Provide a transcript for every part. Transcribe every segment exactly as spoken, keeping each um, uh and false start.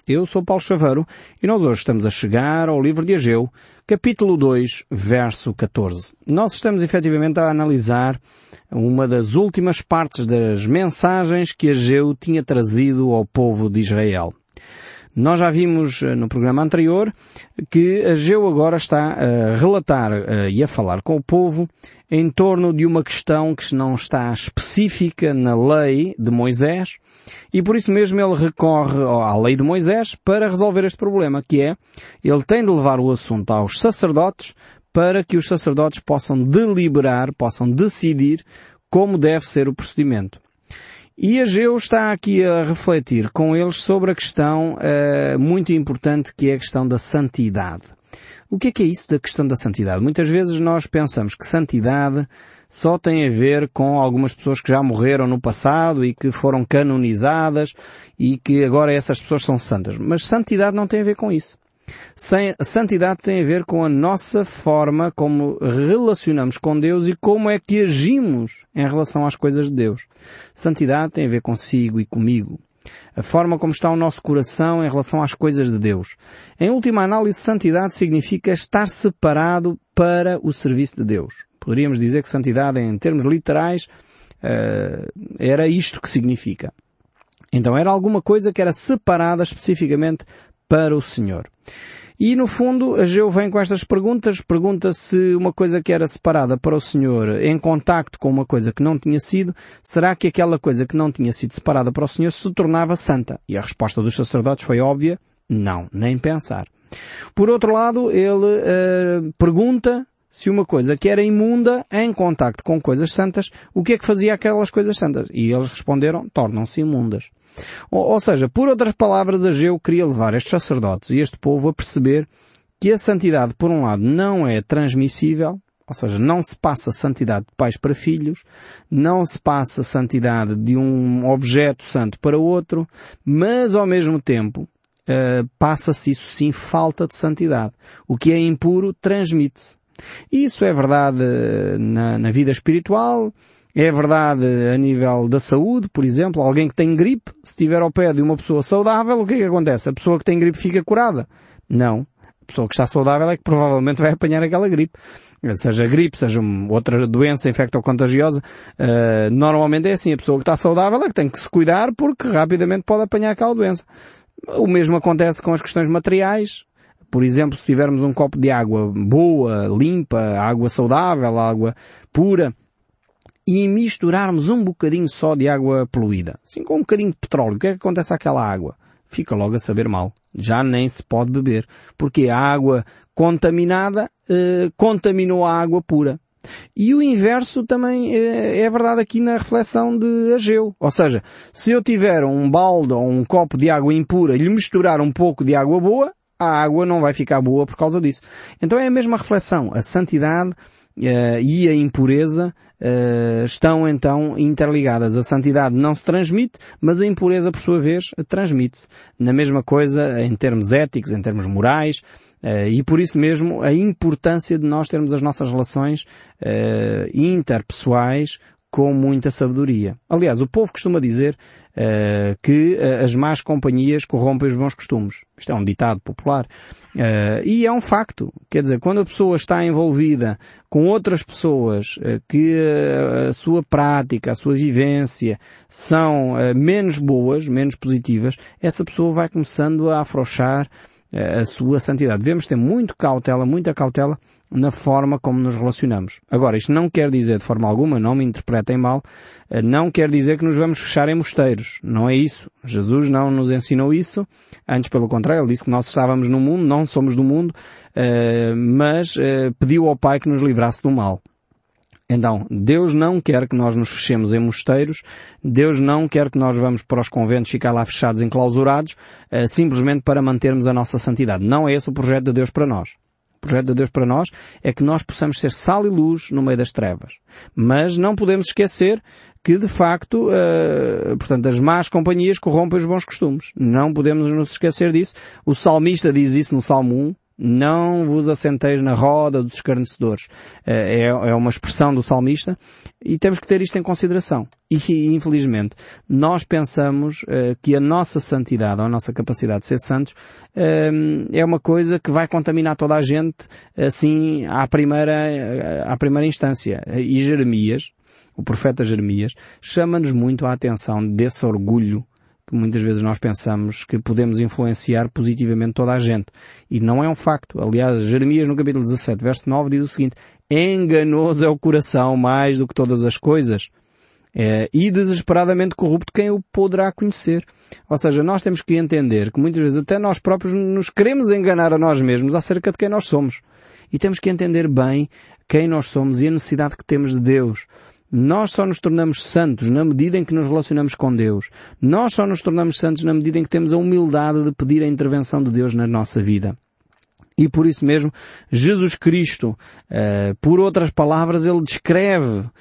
Eu sou Paulo Chaveiro e nós hoje estamos a chegar ao livro de Ageu, capítulo dois, verso catorze. Nós estamos efetivamente a analisar uma das últimas partes das mensagens que Ageu tinha trazido ao povo de Israel. Nós já vimos no programa anterior que Ageu agora está a relatar e a falar com o povo em torno de uma questão que não está específica na lei de Moisés e por isso mesmo ele recorre à lei de Moisés para resolver este problema, que é, ele tem de levar o assunto aos sacerdotes para que os sacerdotes possam deliberar, possam decidir como deve ser o procedimento. E Ageu está aqui a refletir com eles sobre a questão uh, muito importante que é a questão da santidade. O que é que é isso da questão da santidade? Muitas vezes nós pensamos que santidade só tem a ver com algumas pessoas que já morreram no passado e que foram canonizadas e que agora essas pessoas são santas. Mas santidade não tem a ver com isso. Santidade tem a ver com a nossa forma como relacionamos com Deus e como é que agimos em relação às coisas de Deus. Santidade tem a ver consigo e comigo. A forma como está o nosso coração em relação às coisas de Deus. Em última análise, santidade significa estar separado para o serviço de Deus. Poderíamos dizer que santidade, em termos literais, era isto que significa. Então era alguma coisa que era separada especificamente para o Senhor. E no fundo, Ageu vem com estas perguntas, pergunta se uma coisa que era separada para o Senhor em contacto com uma coisa que não tinha sido, será que aquela coisa que não tinha sido separada para o Senhor se tornava santa? E a resposta dos sacerdotes foi óbvia, não, nem pensar. Por outro lado, ele uh, pergunta se uma coisa que era imunda em contacto com coisas santas, o que é que fazia aquelas coisas santas? E eles responderam, tornam-se imundas. Ou, ou seja, por outras palavras, Ageu queria levar estes sacerdotes e este povo a perceber que a santidade, por um lado, não é transmissível, ou seja, não se passa santidade de pais para filhos, não se passa santidade de um objeto santo para outro, mas ao mesmo tempo uh, passa-se isso sim falta de santidade. O que é impuro transmite-se. E isso é verdade na, na vida espiritual, é verdade a nível da saúde, por exemplo, alguém que tem gripe, se estiver ao pé de uma pessoa saudável, o que é que acontece? A pessoa que tem gripe fica curada? Não. A pessoa que está saudável é que provavelmente vai apanhar aquela gripe. Seja gripe, seja outra doença infectocontagiosa, uh, normalmente é assim, a pessoa que está saudável é que tem que se cuidar porque rapidamente pode apanhar aquela doença. O mesmo acontece com as questões materiais. Por exemplo, se tivermos um copo de água boa, limpa, água saudável, água pura, e misturarmos um bocadinho só de água poluída, assim com um bocadinho de petróleo, o que é que acontece àquela água? Fica logo a saber mal. Já nem se pode beber. Porque a água contaminada eh, contaminou a água pura. E o inverso também eh, é verdade aqui na reflexão de Ageu. Ou seja, se eu tiver um balde ou um copo de água impura e lhe misturar um pouco de água boa, a água não vai ficar boa por causa disso. Então é a mesma reflexão. A santidade uh, e a impureza uh, estão então interligadas. A santidade não se transmite, mas a impureza, por sua vez, transmite-se. Na mesma coisa, em termos éticos, em termos morais, uh, e por isso mesmo a importância de nós termos as nossas relações uh, interpessoais com muita sabedoria. Aliás, o povo costuma dizer Uh, que uh, as más companhias corrompem os bons costumes. Isto é um ditado popular. Uh, e é um facto. Quer dizer, quando a pessoa está envolvida com outras pessoas uh, que uh, a sua prática, a sua vivência são uh, menos boas, menos positivas, essa pessoa vai começando a afrouxar uh, a sua santidade. Devemos ter muito cautela, muita cautela na forma como nos relacionamos. Agora, isto não quer dizer de forma alguma, não me interpretem mal, não quer dizer que nos vamos fechar em mosteiros. Não é isso. Jesus não nos ensinou isso. Antes, pelo contrário, ele disse que nós estávamos no mundo, não somos do mundo, mas pediu ao Pai que nos livrasse do mal. Então, Deus não quer que nós nos fechemos em mosteiros, Deus não quer que nós vamos para os conventos ficar lá fechados, enclausurados, simplesmente para mantermos a nossa santidade. Não é esse o projeto de Deus para nós. O projeto de Deus para nós é que nós possamos ser sal e luz no meio das trevas. Mas não podemos esquecer que, de facto, uh, portanto, as más companhias corrompem os bons costumes. Não podemos nos esquecer disso. O salmista diz isso no Salmo um, Não vos assenteis na roda dos escarnecedores. É, é uma expressão do salmista e temos que ter isto em consideração. E, infelizmente, nós pensamos uh, que a nossa santidade, ou a nossa capacidade de ser santos, uh, é uma coisa que vai contaminar toda a gente, assim, à primeira, à primeira instância. E Jeremias, o profeta Jeremias, chama-nos muito a atenção desse orgulho que muitas vezes nós pensamos que podemos influenciar positivamente toda a gente. E não é um facto. Aliás, Jeremias no capítulo dezassete, verso nove, diz o seguinte: enganoso é o coração mais do que todas as coisas, é, e desesperadamente corrupto quem o poderá conhecer. Ou seja, nós temos que entender que muitas vezes até nós próprios nos queremos enganar a nós mesmos acerca de quem nós somos. E temos que entender bem quem nós somos e a necessidade que temos de Deus. Nós só nos tornamos santos na medida em que nos relacionamos com Deus. Nós só nos tornamos santos na medida em que temos a humildade de pedir a intervenção de Deus na nossa vida. E por isso mesmo, Jesus Cristo, uh, por outras palavras, Ele descreve uh,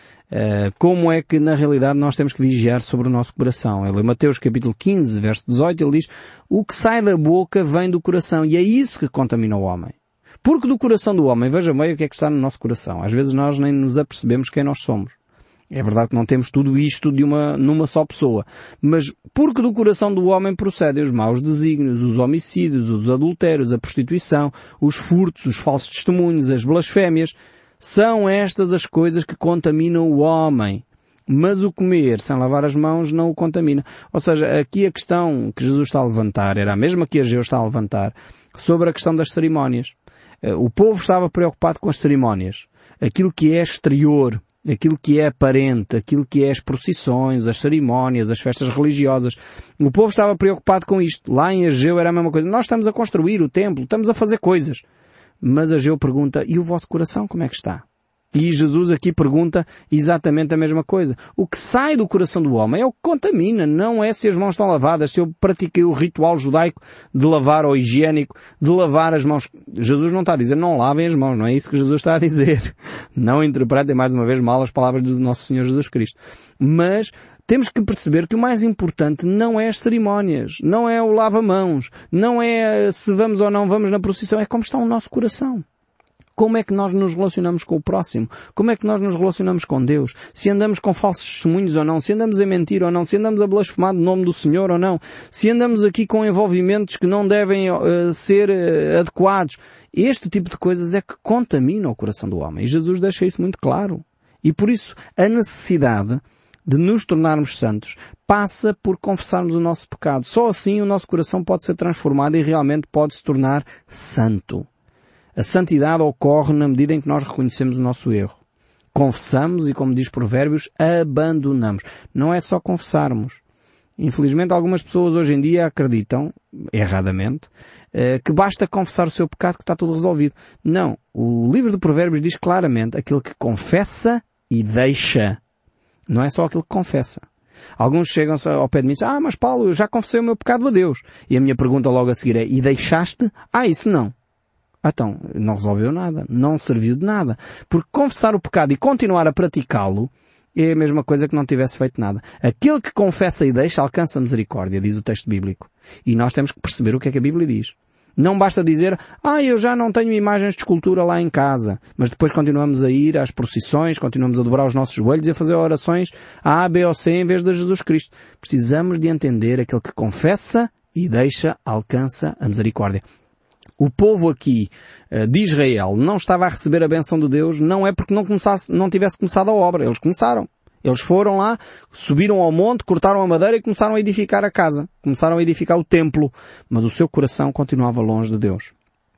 como é que na realidade nós temos que vigiar sobre o nosso coração. Ele, em Mateus capítulo quinze, verso dezoito, Ele diz: o que sai da boca vem do coração, e é isso que contamina o homem. Porque do coração do homem, veja bem o que é que está no nosso coração. Às vezes nós nem nos apercebemos quem nós somos. É verdade que não temos tudo isto de uma, numa só pessoa. Mas porque do coração do homem procedem os maus desígnios, os homicídios, os adultérios, a prostituição, os furtos, os falsos testemunhos, as blasfémias. São estas as coisas que contaminam o homem. Mas o comer sem lavar as mãos não o contamina. Ou seja, aqui a questão que Jesus está a levantar era a mesma que Ageu está a levantar sobre a questão das cerimónias. O povo estava preocupado com as cerimónias. Aquilo que é exterior, aquilo que é aparente, aquilo que é as procissões, as cerimónias, as festas religiosas. O povo estava preocupado com isto. Lá em Ageu era a mesma coisa. Nós estamos a construir o templo, estamos a fazer coisas. Mas Ageu pergunta: e o vosso coração como é que está? E Jesus aqui pergunta exatamente a mesma coisa. O que sai do coração do homem é o que contamina, não é se as mãos estão lavadas, se eu pratiquei o ritual judaico de lavar ou higiênico, de lavar as mãos. Jesus não está a dizer não lavem as mãos, não é isso que Jesus está a dizer. Não interpretem mais uma vez mal as palavras do nosso Senhor Jesus Cristo. Mas temos que perceber que o mais importante não é as cerimónias, não é o lava-mãos, não é se vamos ou não vamos na procissão, é como está o nosso coração. Como é que nós nos relacionamos com o próximo? Como é que nós nos relacionamos com Deus? Se andamos com falsos testemunhos ou não? Se andamos a mentir ou não? Se andamos a blasfemar no nome do Senhor ou não? Se andamos aqui com envolvimentos que não devem uh, ser uh, adequados? Este tipo de coisas é que contamina o coração do homem. E Jesus deixa isso muito claro. E por isso a necessidade de nos tornarmos santos passa por confessarmos o nosso pecado. Só assim o nosso coração pode ser transformado e realmente pode se tornar santo. A santidade ocorre na medida em que nós reconhecemos o nosso erro. Confessamos e, como diz Provérbios, abandonamos. Não é só confessarmos. Infelizmente, algumas pessoas hoje em dia acreditam, erradamente, que basta confessar o seu pecado que está tudo resolvido. Não. O livro de Provérbios diz claramente aquilo que confessa e deixa. Não é só aquilo que confessa. Alguns chegam ao pé de mim e dizem: ah, mas Paulo, eu já confessei o meu pecado a Deus. E a minha pergunta logo a seguir é: e deixaste? Ah, isso não. Então, não resolveu nada, não serviu de nada. Porque confessar o pecado e continuar a praticá-lo é a mesma coisa que não tivesse feito nada. Aquele que confessa e deixa alcança a misericórdia, diz o texto bíblico. E nós temos que perceber o que é que a Bíblia diz. Não basta dizer: ah, eu já não tenho imagens de escultura lá em casa, mas depois continuamos a ir às procissões, continuamos a dobrar os nossos joelhos e a fazer orações a A, B ou C em vez de Jesus Cristo. Precisamos de entender: aquele que confessa e deixa alcança a misericórdia. O povo aqui uh, de Israel não estava a receber a bênção de Deus, não é porque não, começasse, não tivesse começado a obra. Eles começaram. Eles foram lá, subiram ao monte, cortaram a madeira e começaram a edificar a casa. Começaram a edificar o templo. Mas o seu coração continuava longe de Deus.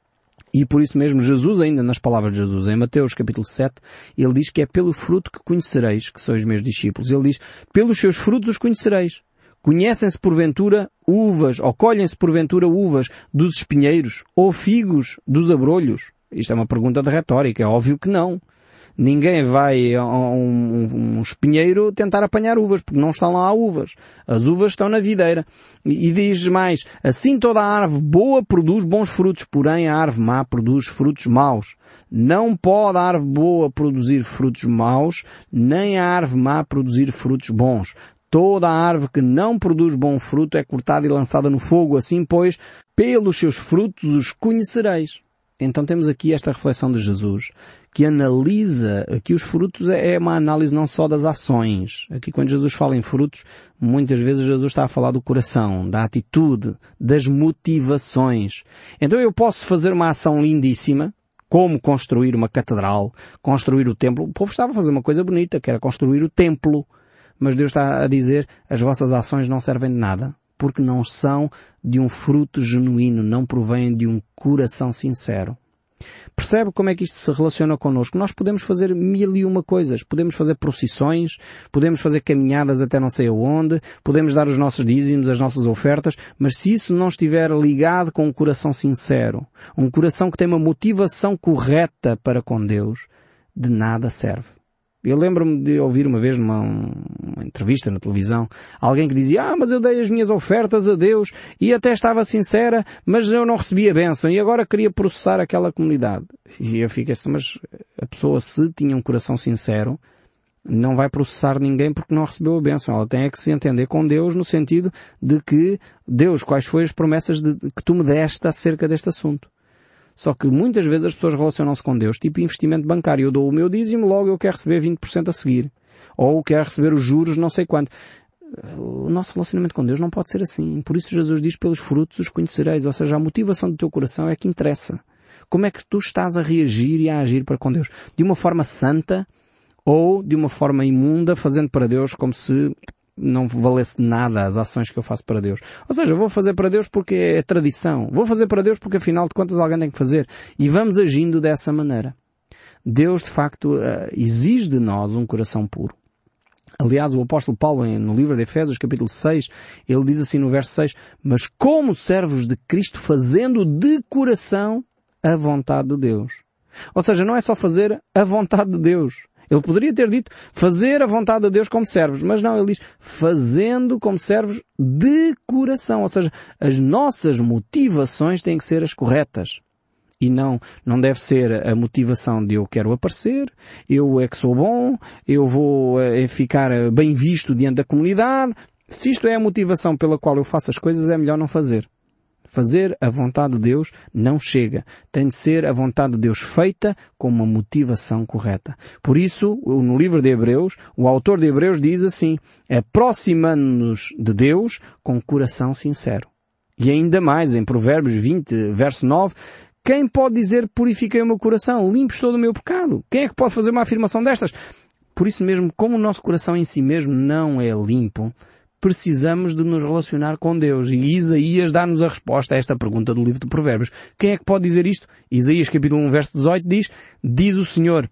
E por isso mesmo Jesus, ainda nas palavras de Jesus, em Mateus capítulo sete, ele diz que é pelo fruto que conhecereis que sois meus discípulos. Ele diz: pelos seus frutos os conhecereis. Conhecem-se porventura uvas, ou colhem-se porventura uvas dos espinheiros, ou figos dos abrolhos? Isto é uma pergunta de retórica, é óbvio que não. Ninguém vai a um, um, um espinheiro tentar apanhar uvas, porque não estão lá uvas. As uvas estão na videira. E, e diz mais: assim toda a árvore boa produz bons frutos, porém a árvore má produz frutos maus. Não pode a árvore boa produzir frutos maus, nem a árvore má produzir frutos bons. Toda a árvore que não produz bom fruto é cortada e lançada no fogo. Assim, pois, pelos seus frutos os conhecereis. Então temos aqui esta reflexão de Jesus, que analisa, aqui os frutos é uma análise não só das ações. Aqui quando Jesus fala em frutos, muitas vezes Jesus está a falar do coração, da atitude, das motivações. Então eu posso fazer uma ação lindíssima, como construir uma catedral, construir o templo. O povo estava a fazer uma coisa bonita, que era construir o templo. Mas Deus está a dizer, as vossas ações não servem de nada, porque não são de um fruto genuíno, não provêm de um coração sincero. Percebe como é que isto se relaciona connosco? Nós podemos fazer mil e uma coisas. Podemos fazer procissões, podemos fazer caminhadas até não sei aonde, podemos dar os nossos dízimos, as nossas ofertas, mas se isso não estiver ligado com um coração sincero, um coração que tem uma motivação correta para com Deus, de nada serve. Eu lembro-me de ouvir uma vez numa uma entrevista na televisão, alguém que dizia, ah, mas eu dei as minhas ofertas a Deus e até estava sincera, mas eu não recebi a bênção e agora queria processar aquela comunidade. E eu fico assim, mas a pessoa, se tinha um coração sincero, não vai processar ninguém porque não recebeu a bênção. Ela tem é que se entender com Deus no sentido de que, Deus, quais foram as promessas de, que tu me deste acerca deste assunto. Só que muitas vezes as pessoas relacionam-se com Deus, tipo investimento bancário. Eu dou o meu dízimo, logo eu quero receber vinte por cento a seguir. Ou quero receber os juros, não sei quanto. O nosso relacionamento com Deus não pode ser assim. Por isso Jesus diz, pelos frutos os conhecereis. Ou seja, a motivação do teu coração é que interessa. Como é que tu estás a reagir e a agir para com Deus? De uma forma santa ou de uma forma imunda, fazendo para Deus como se não valesse nada as ações que eu faço para Deus. Ou seja, vou fazer para Deus porque é tradição. Vou fazer para Deus porque afinal de contas alguém tem que fazer. E vamos agindo dessa maneira. Deus, de facto, exige de nós um coração puro. Aliás, o apóstolo Paulo, no livro de Efésios, capítulo seis, ele diz assim no verso seis, mas como servos de Cristo, fazendo de coração a vontade de Deus. Ou seja, não é só fazer a vontade de Deus. Ele poderia ter dito fazer a vontade de Deus como servos, mas não, ele diz fazendo como servos de coração. Ou seja, as nossas motivações têm que ser as corretas. E não, não deve ser a motivação de eu quero aparecer, eu é que sou bom, eu vou é, ficar bem visto diante da comunidade. Se isto é a motivação pela qual eu faço as coisas, é melhor não fazer. Fazer a vontade de Deus não chega. Tem de ser a vontade de Deus feita com uma motivação correta. Por isso, no livro de Hebreus, o autor de Hebreus diz assim, aproximando-nos de Deus com coração sincero. E ainda mais, em Provérbios vinte, verso nove, quem pode dizer purifiquei o meu coração, limpes todo o meu pecado? Quem é que pode fazer uma afirmação destas? Por isso mesmo, como o nosso coração em si mesmo não é limpo, precisamos de nos relacionar com Deus. E Isaías dá-nos a resposta a esta pergunta do livro de Provérbios. Quem é que pode dizer isto? Isaías capítulo um, verso dezoito diz, diz o Senhor,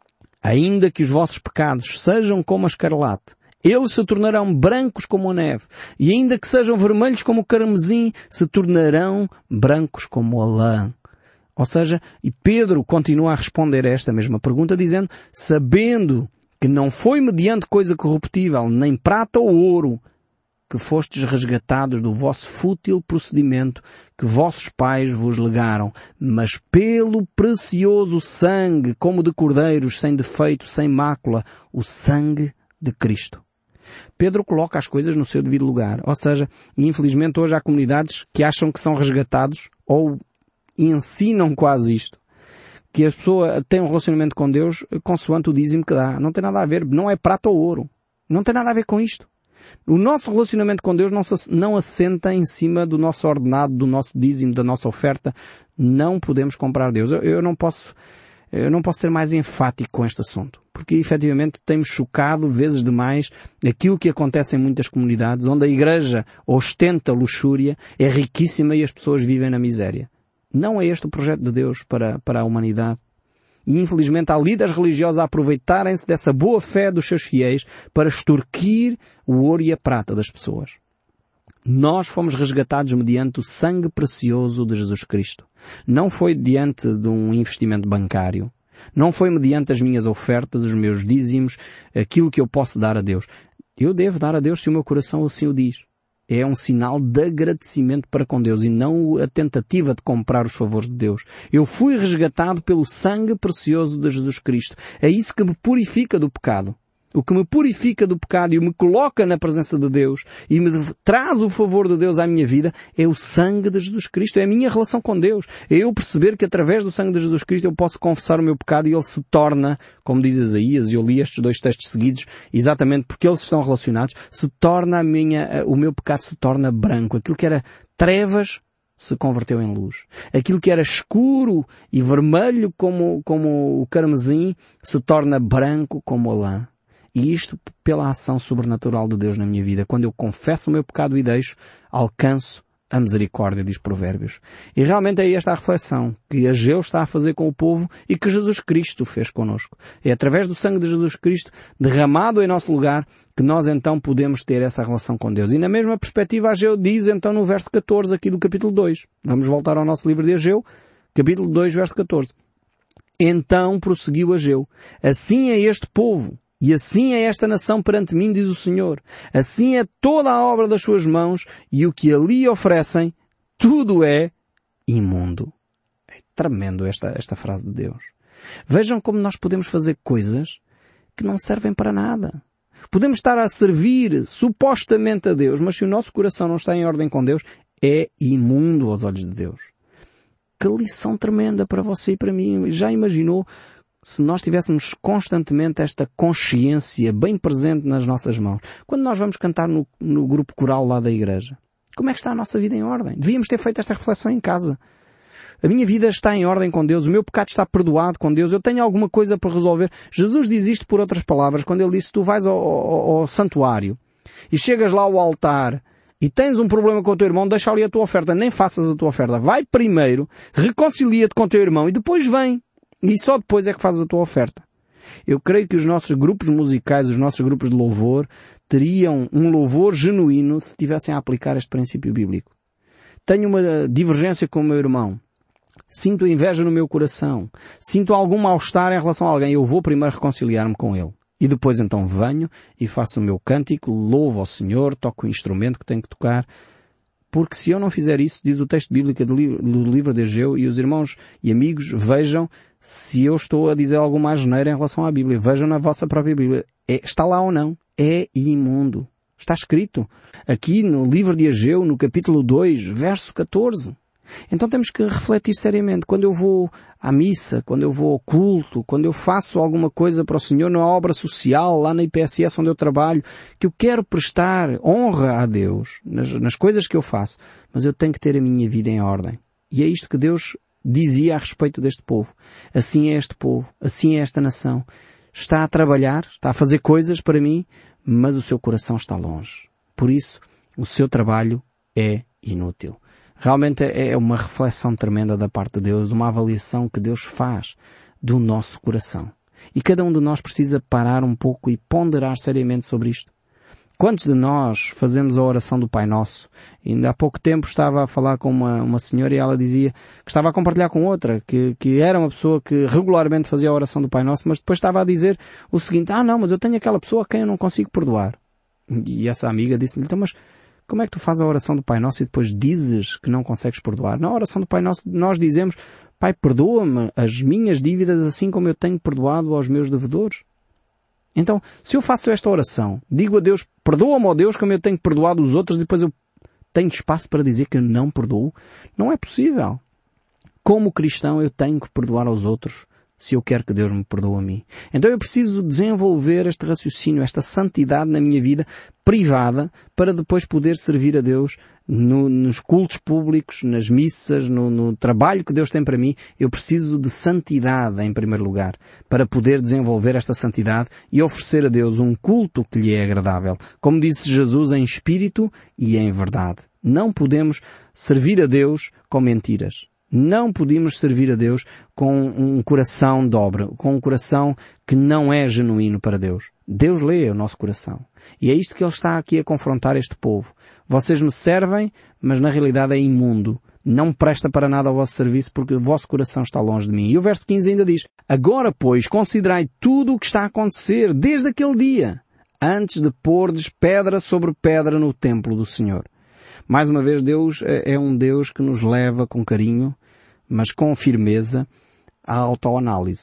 ainda que os vossos pecados sejam como a escarlate, eles se tornarão brancos como a neve, e ainda que sejam vermelhos como o carmesim, se tornarão brancos como a lã. Ou seja, e Pedro continua a responder a esta mesma pergunta dizendo, sabendo que não foi mediante coisa corruptível, nem prata ou ouro, que fostes resgatados do vosso fútil procedimento que vossos pais vos legaram, mas pelo precioso sangue, como de cordeiros, sem defeito, sem mácula, o sangue de Cristo. Pedro coloca as coisas no seu devido lugar. Ou seja, infelizmente hoje há comunidades que acham que são resgatados ou ensinam quase isto. Que a pessoa tem um relacionamento com Deus consoante o dízimo que dá. Não tem nada a ver. Não é prata ou ouro. Não tem nada a ver com isto. O nosso relacionamento com Deus não, se, não assenta em cima do nosso ordenado, do nosso dízimo, da nossa oferta. Não podemos comprar Deus. Eu, eu não posso, eu não posso ser mais enfático com este assunto. Porque efetivamente tem-me chocado vezes demais aquilo que acontece em muitas comunidades onde a igreja ostenta luxúria, é riquíssima e as pessoas vivem na miséria. Não é este o projeto de Deus para, para a humanidade. E infelizmente há líderes religiosos a aproveitarem-se dessa boa fé dos seus fiéis para extorquir o ouro e a prata das pessoas. Nós fomos resgatados mediante o sangue precioso de Jesus Cristo. Não foi diante de um investimento bancário. Não foi mediante as minhas ofertas, os meus dízimos, aquilo que eu posso dar a Deus. Eu devo dar a Deus se o meu coração assim o diz. É um sinal de agradecimento para com Deus e não a tentativa de comprar os favores de Deus. Eu fui resgatado pelo sangue precioso de Jesus Cristo. É isso que me purifica do pecado. o que me purifica do pecado e me coloca na presença de Deus e me traz o favor de Deus à minha vida, é o sangue de Jesus Cristo, é a minha relação com Deus. É eu perceber que através do sangue de Jesus Cristo eu posso confessar o meu pecado e ele se torna, como diz Isaías, e eu li estes dois textos seguidos, exatamente porque eles estão relacionados, se torna a minha, o meu pecado se torna branco. Aquilo que era trevas se converteu em luz. Aquilo que era escuro e vermelho como, como o carmesim se torna branco como a lã. E isto pela ação sobrenatural de Deus na minha vida. Quando eu confesso o meu pecado e deixo, alcanço a misericórdia, diz Provérbios. E realmente é esta a reflexão que Ageu está a fazer com o povo e que Jesus Cristo fez connosco. É através do sangue de Jesus Cristo derramado em nosso lugar que nós então podemos ter essa relação com Deus. E na mesma perspectiva Ageu diz então no verso catorze aqui do capítulo dois. Vamos voltar ao nosso livro de Ageu, capítulo dois, verso catorze. Então prosseguiu Ageu: assim é este povo, e assim é esta nação perante mim, diz o Senhor. Assim é toda a obra das suas mãos, e o que ali oferecem, tudo é imundo. É tremendo esta, esta frase de Deus. Vejam como nós podemos fazer coisas que não servem para nada. Podemos estar a servir supostamente a Deus, mas se o nosso coração não está em ordem com Deus, é imundo aos olhos de Deus. Que lição tremenda para você e para mim. Já imaginou se nós tivéssemos constantemente esta consciência bem presente nas nossas mãos? Quando nós vamos cantar no, no grupo coral lá da igreja, como é que está a nossa vida em ordem? Devíamos ter feito esta reflexão em casa. A minha vida está em ordem com Deus, o meu pecado está perdoado com Deus, eu tenho alguma coisa para resolver. Jesus diz isto por outras palavras, quando ele disse: tu vais ao, ao, ao santuário e chegas lá ao altar e tens um problema com o teu irmão, deixa ali a tua oferta, nem faças a tua oferta. Vai primeiro, reconcilia-te com o teu irmão e depois vem. E só depois é que fazes a tua oferta. Eu creio que os nossos grupos musicais, os nossos grupos de louvor, teriam um louvor genuíno se tivessem a aplicar este princípio bíblico. Tenho uma divergência com o meu irmão. Sinto inveja no meu coração. Sinto algum mal-estar em relação a alguém. Eu vou primeiro reconciliar-me com ele. E depois então venho e faço o meu cântico, louvo ao Senhor, toco o instrumento que tenho que tocar. Porque se eu não fizer isso, diz o texto bíblico do livro de Ageu, e os irmãos e amigos vejam se eu estou a dizer alguma asneira em relação à Bíblia. Vejam na vossa própria Bíblia. É, está lá ou não? É imundo. Está escrito aqui no livro de Ageu, no capítulo dois, verso catorze. Então temos que refletir seriamente. Quando eu vou à missa, quando eu vou ao culto, quando eu faço alguma coisa para o Senhor na obra social, lá na I P S S onde eu trabalho, que eu quero prestar honra a Deus nas, nas coisas que eu faço, mas eu tenho que ter a minha vida em ordem. E é isto que Deus dizia a respeito deste povo. Assim é este povo, assim é esta nação. Está a trabalhar, está a fazer coisas para mim, mas o seu coração está longe. Por isso, o seu trabalho é inútil. Realmente é uma reflexão tremenda da parte de Deus, uma avaliação que Deus faz do nosso coração. E cada um de nós precisa parar um pouco e ponderar seriamente sobre isto. Quantos de nós fazemos a oração do Pai Nosso? Ainda há pouco tempo estava a falar com uma, uma senhora e ela dizia que estava a compartilhar com outra, que, que era uma pessoa que regularmente fazia a oração do Pai Nosso, mas depois estava a dizer o seguinte: ah não, mas eu tenho aquela pessoa a quem eu não consigo perdoar. E essa amiga disse-lhe: então, mas como é que tu fazes a oração do Pai Nosso e depois dizes que não consegues perdoar? Na oração do Pai Nosso nós dizemos: Pai, perdoa-me as minhas dívidas assim como eu tenho perdoado aos meus devedores. Então, se eu faço esta oração, digo a Deus: perdoa-me, ó Deus, como eu tenho perdoado os outros, e depois eu tenho espaço para dizer que eu não perdoo, não é possível. Como cristão eu tenho que perdoar aos outros se eu quero que Deus me perdoe a mim. Então eu preciso desenvolver este raciocínio, esta santidade na minha vida privada, para depois poder servir a Deus no, nos cultos públicos, nas missas, no, no trabalho que Deus tem para mim. Eu preciso de santidade em primeiro lugar, para poder desenvolver esta santidade e oferecer a Deus um culto que lhe é agradável. Como disse Jesus, em espírito e em verdade. Não podemos servir a Deus com mentiras. Não podemos servir a Deus com um coração dobre, com um coração que não é genuíno para Deus. Deus lê o nosso coração. E é isto que Ele está aqui a confrontar este povo. Vocês me servem, mas na realidade é imundo. Não presta para nada ao vosso serviço porque o vosso coração está longe de mim. E o verso quinze ainda diz: agora, pois, considerai tudo o que está a acontecer desde aquele dia, antes de pordes pedra sobre pedra no templo do Senhor. Mais uma vez, Deus é um Deus que nos leva com carinho, mas com firmeza, à autoanálise.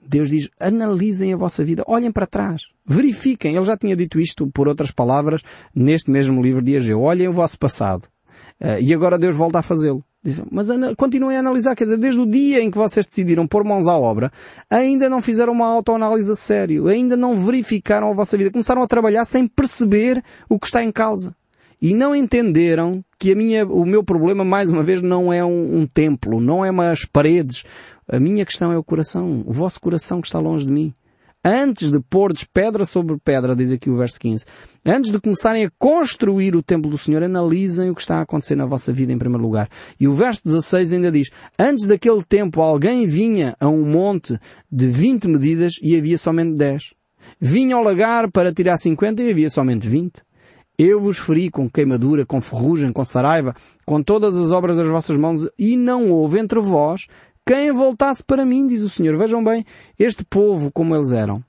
Deus diz, analisem a vossa vida, olhem para trás, verifiquem. Ele já tinha dito isto, por outras palavras, neste mesmo livro de Ageu. Olhem o vosso passado. Uh, e agora Deus volta a fazê-lo. Diz, mas continuem a analisar, quer dizer, desde o dia em que vocês decidiram pôr mãos à obra, ainda não fizeram uma autoanálise a sério, ainda não verificaram a vossa vida, começaram a trabalhar sem perceber o que está em causa. E não entenderam que a minha, o meu problema, mais uma vez, não é um, um templo, não é umas paredes. A minha questão é o coração, o vosso coração que está longe de mim. Antes de pôrdes pedra sobre pedra, diz aqui o verso quinze, antes de começarem a construir o templo do Senhor, analisem o que está a acontecer na vossa vida em primeiro lugar. E o verso dezasseis ainda diz, antes daquele tempo alguém vinha a um monte de vinte medidas e havia somente dez. Vinha ao lagar para tirar cinquenta e havia somente vinte. Eu vos feri com queimadura, com ferrugem, com saraiva, com todas as obras das vossas mãos, e não houve entre vós quem voltasse para mim, diz o Senhor. Vejam bem, este povo como eles eram.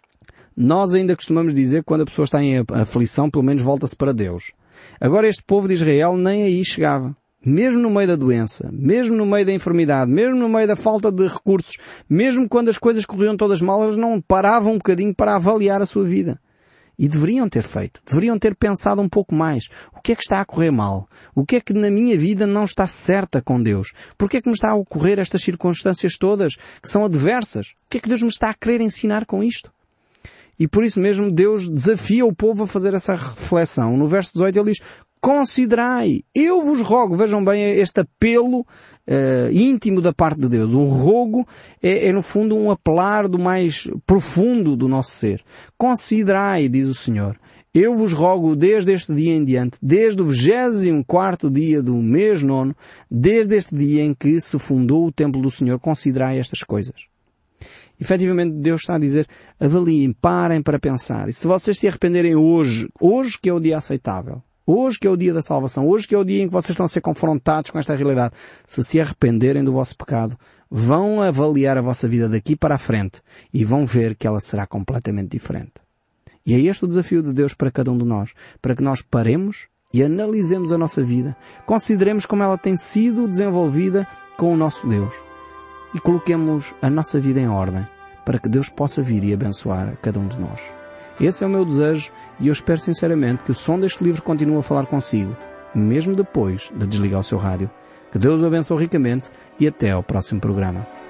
Nós ainda costumamos dizer que quando a pessoa está em aflição, pelo menos volta-se para Deus. Agora este povo de Israel nem aí chegava. Mesmo no meio da doença, mesmo no meio da enfermidade, mesmo no meio da falta de recursos, mesmo quando as coisas corriam todas mal, eles não paravam um bocadinho para avaliar a sua vida. E deveriam ter feito, deveriam ter pensado um pouco mais. O que é que está a correr mal? O que é que na minha vida não está certa com Deus? Por que é que me está a ocorrer estas circunstâncias todas que são adversas? O que é que Deus me está a querer ensinar com isto? E por isso mesmo Deus desafia o povo a fazer essa reflexão. No verso dezoito ele diz, considerai, eu vos rogo, vejam bem este apelo uh, íntimo da parte de Deus. Um rogo é, é no fundo um apelar do mais profundo do nosso ser. Considerai, diz o Senhor, eu vos rogo desde este dia em diante, desde o vigésimo quarto dia do mês nono, desde este dia em que se fundou o templo do Senhor, considerai estas coisas. Efetivamente Deus está a dizer, avaliem, parem para pensar. E se vocês se arrependerem hoje, hoje que é o dia aceitável, hoje que é o dia da salvação, hoje que é o dia em que vocês estão a ser confrontados com esta realidade, se se arrependerem do vosso pecado, vão avaliar a vossa vida daqui para a frente e vão ver que ela será completamente diferente. E é este o desafio de Deus para cada um de nós, para que nós paremos e analisemos a nossa vida, consideremos como ela tem sido desenvolvida com o nosso Deus e coloquemos a nossa vida em ordem para que Deus possa vir e abençoar cada um de nós. Esse é o meu desejo e eu espero sinceramente que o som deste livro continue a falar consigo, mesmo depois de desligar o seu rádio. Que Deus o abençoe ricamente e até ao próximo programa.